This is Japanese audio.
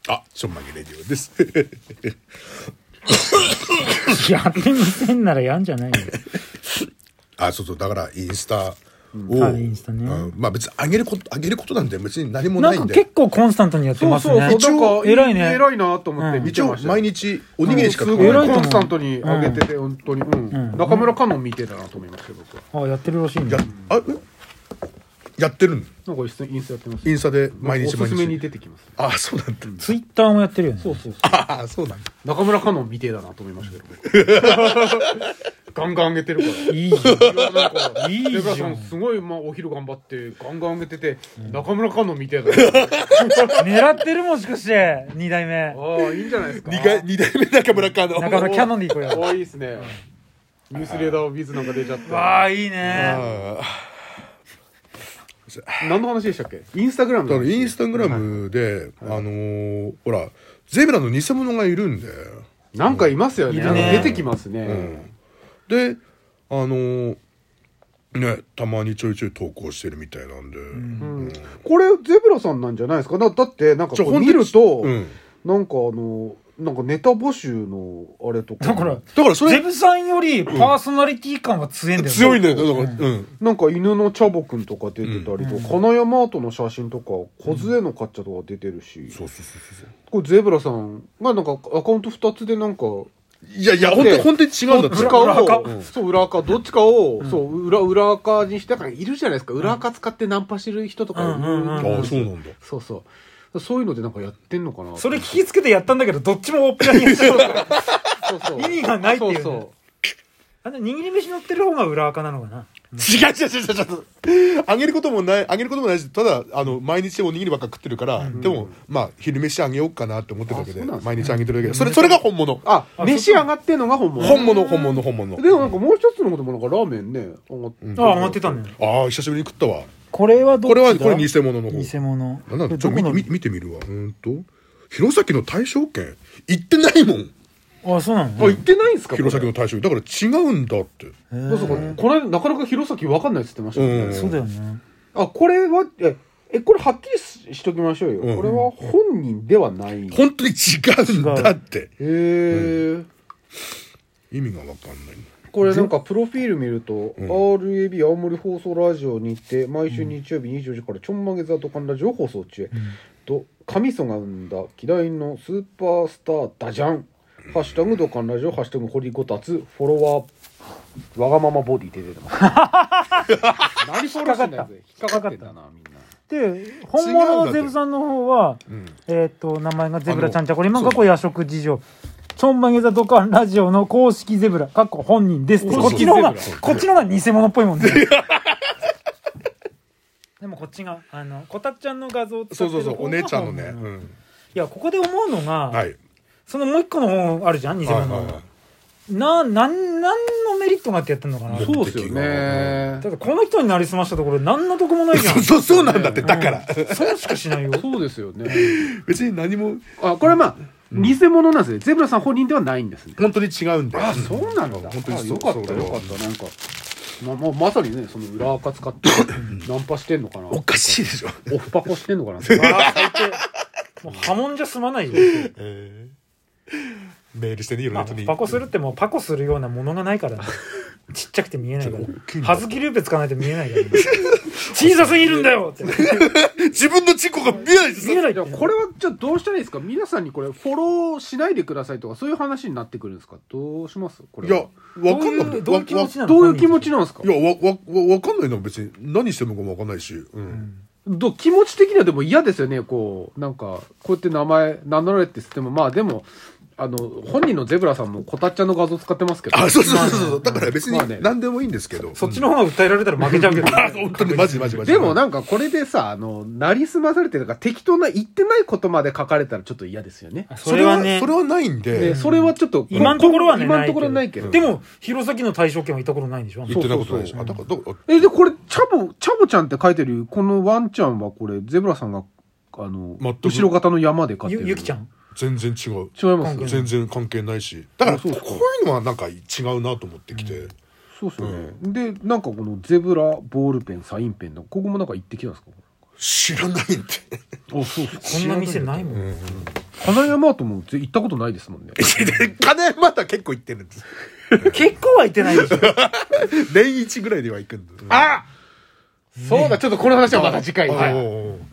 あ、ちょんまげレディオです。 やってみせんならやんじゃないよ。 あ、そうそう、だからインスタを、 インスタね。 まあ別に上げることなんて別に何もないんで。 なんか結構コンスタントにやってますね。 そうそう、なんか偉いね。 偉いなと思って見てました。 毎日おにぎりしかすごいコンスタントに上げてて、本当に。中村かのん見てたなと思いました、僕は。 あ、やってるらしいね。 やってるの？ なんかインスタやってます。 インスタで毎日おすすめに出てきます。 あ、そうなんだ。 ツイッターもやってるよね。 そうそう。 あ、そうなんだ。 中村かのん見てだなと思いましたけど。ガンガン上げてるから。 いいじゃん。 なんかいいじゃん。 レブラさんすごいお昼頑張ってガンガン上げてて、中村かのん見てだ。 狙ってるもしかして2代目。 ああ、いいんじゃないですか。 2代目中村かの。 中村キャノンでいこうよ。 ああ、いいですね。ニュースレーダービズなんか出ちゃった。 わあ、いいね。 何の話でしたっけ？インスタグラム。 だからインスタグラムで、ほらゼブラの偽物がいるんで、 なんかいますよね。出てきますね。 でね、たまにちょいちょい投稿してるみたいなんで、 これゼブラさんなんじゃないですか。だってなんかこう見ると、なんかなんかネタ募集のあれとか。 だからそれゼブさんよりパーソナリティ感が強いんだよね。 強いんだよ。だからなんか犬のチャボくんとか出てたりとか、金山アートの写真とか、小杖のカッチャとか出てるし。 そう。 これゼブラさんがなんかアカウント2つでなんか。 いや本当に違うんだって。 どっちかを、そう、裏垢、どっちかを、そう、裏垢にして、だからいるじゃないですか。裏垢使ってナンパしてる人とか。 ああ、そうなんだ。 そう。そういうのでなんかやってんのかな。 それ聞きつけてやったんだけど、どっちもおっぴらにやっちゃうから。そう。意味がないっていうね。そう。握り飯乗ってる方が裏垢なのかな。 違う。あげることもないし、ただ、毎日おにぎりばっか食ってるから、でも、まあ、昼飯あげようかなって思ってるだけで、毎日あげてるだけで。それが本物。 あ、飯上がってんのが本物。 本物。 でもなんかもう一つのこともなんかラーメンね、 上がってたね。 ああ、久しぶりに食ったわ。 これはどっちだ？ これ偽物の方。 偽物。 なんだ、ちょっと見てみるわ。弘前の大正圏行ってないもん。 あ、そうなの？ 行ってないんですか？ 弘前の大正だから違うんだって。 これなかなか弘前分かんないって言ってましたね。 そうだよね。 あ、これはこれはっきりしときましょうよ。これは本人ではない。 本当に違うんだって。意味が分かんない。 これなんかプロフィール見ると、RAB 青森放送ラジオにて毎週日曜日24時からちょんまげ座とかんラジオ放送中と神祖が生んだ希代のスーパースターダジャンハッシュタグドカンラジオハッシュタグホリゴタツフォロワーわがままボディって出てます。何フォローしてんだよ。引っかかってんだなみんな。 で本物のゼブさんの方は名前がゼブラちゃんちゃこれ今過去夜食事情ちょんまげ座ドカンラジオの公式ゼブラかっこ本人ですってこっちの方が偽物っぽいもんね。でもこっちがこたっちゃんの画像を使ってるそうお姉ちゃんのね。 いやここで思うのがそのもう一個の方あるじゃん偽物の。何のメリットがあってやってんのかな。 そうですよね。 ただこの人になりすましたところ何の得もないじゃん。 そうなんだって。だからそうしかしないよ。 そうですよね。 別に何も。 これまあ偽物なんですね。ゼブラさん本人ではないんですね。 本当に違うんだよ。 あ、そうなんだ。本当によかった。なんかまさにねその裏垢使ってナンパしてんのかな。 おかしいでしょ。 オフパコしてんのかな。 最低。もう波紋じゃ済まないよ。 メールしてね、 パコするってもうパコするようなものがないから、ね、ちっちゃくて見えないから。はずきルーペ使わないと見えないから、ね、小さすぎるんだよって。 自分のチンコが見えないです。 見えない。これはじゃあどうしたらいいですか。皆さんにこれフォローしないでくださいとかそういう話になってくるんですか。どうしますこれ。いや、 わかんない。 どういう気持ちなの。 どういう気持ちなんですか。 いや、わかんないの。別に何してるのかもわかんないし。 気持ち的にはでも嫌ですよね。こうなんかこうやって名前名乗られてってもまあでも。本人のゼブラさんもこたっちゃんの画像使ってますけど。 あ、そうだから別に何でもいいんですけど。 そっちの方が訴えられたら負けちゃうけど。 本当にマジ。 でもなんかこれでさ、なりすまされてるから適当な言ってないことまで書かれたらちょっと嫌ですよね。 それはないんで。 それはちょっと今のところはね。 今のところないけど。 でも弘前の対象権は行ったことないんでしょ。 言ってないことないでしょ。 でこれチャボちゃんって書いてるこのワンちゃんはこれゼブラさんが後ろ型の山で飼ってる。 ゆきちゃん。 全然違う。 違います。 全然関係ないし。だからこういうのはなんか違うなと思ってきて。 そうですよね。でなんかこのゼブラボールペンサインペンのここもなんか行ってきたんですか。 知らないって。 こんな店ないもん。 金山とも行ったことないですもんね。 金山とは結構行ってるんです。 結構は行ってないでしょ。 年一ぐらいでは行くんです。 あそうだ、ちょっとこの話はまた次回で。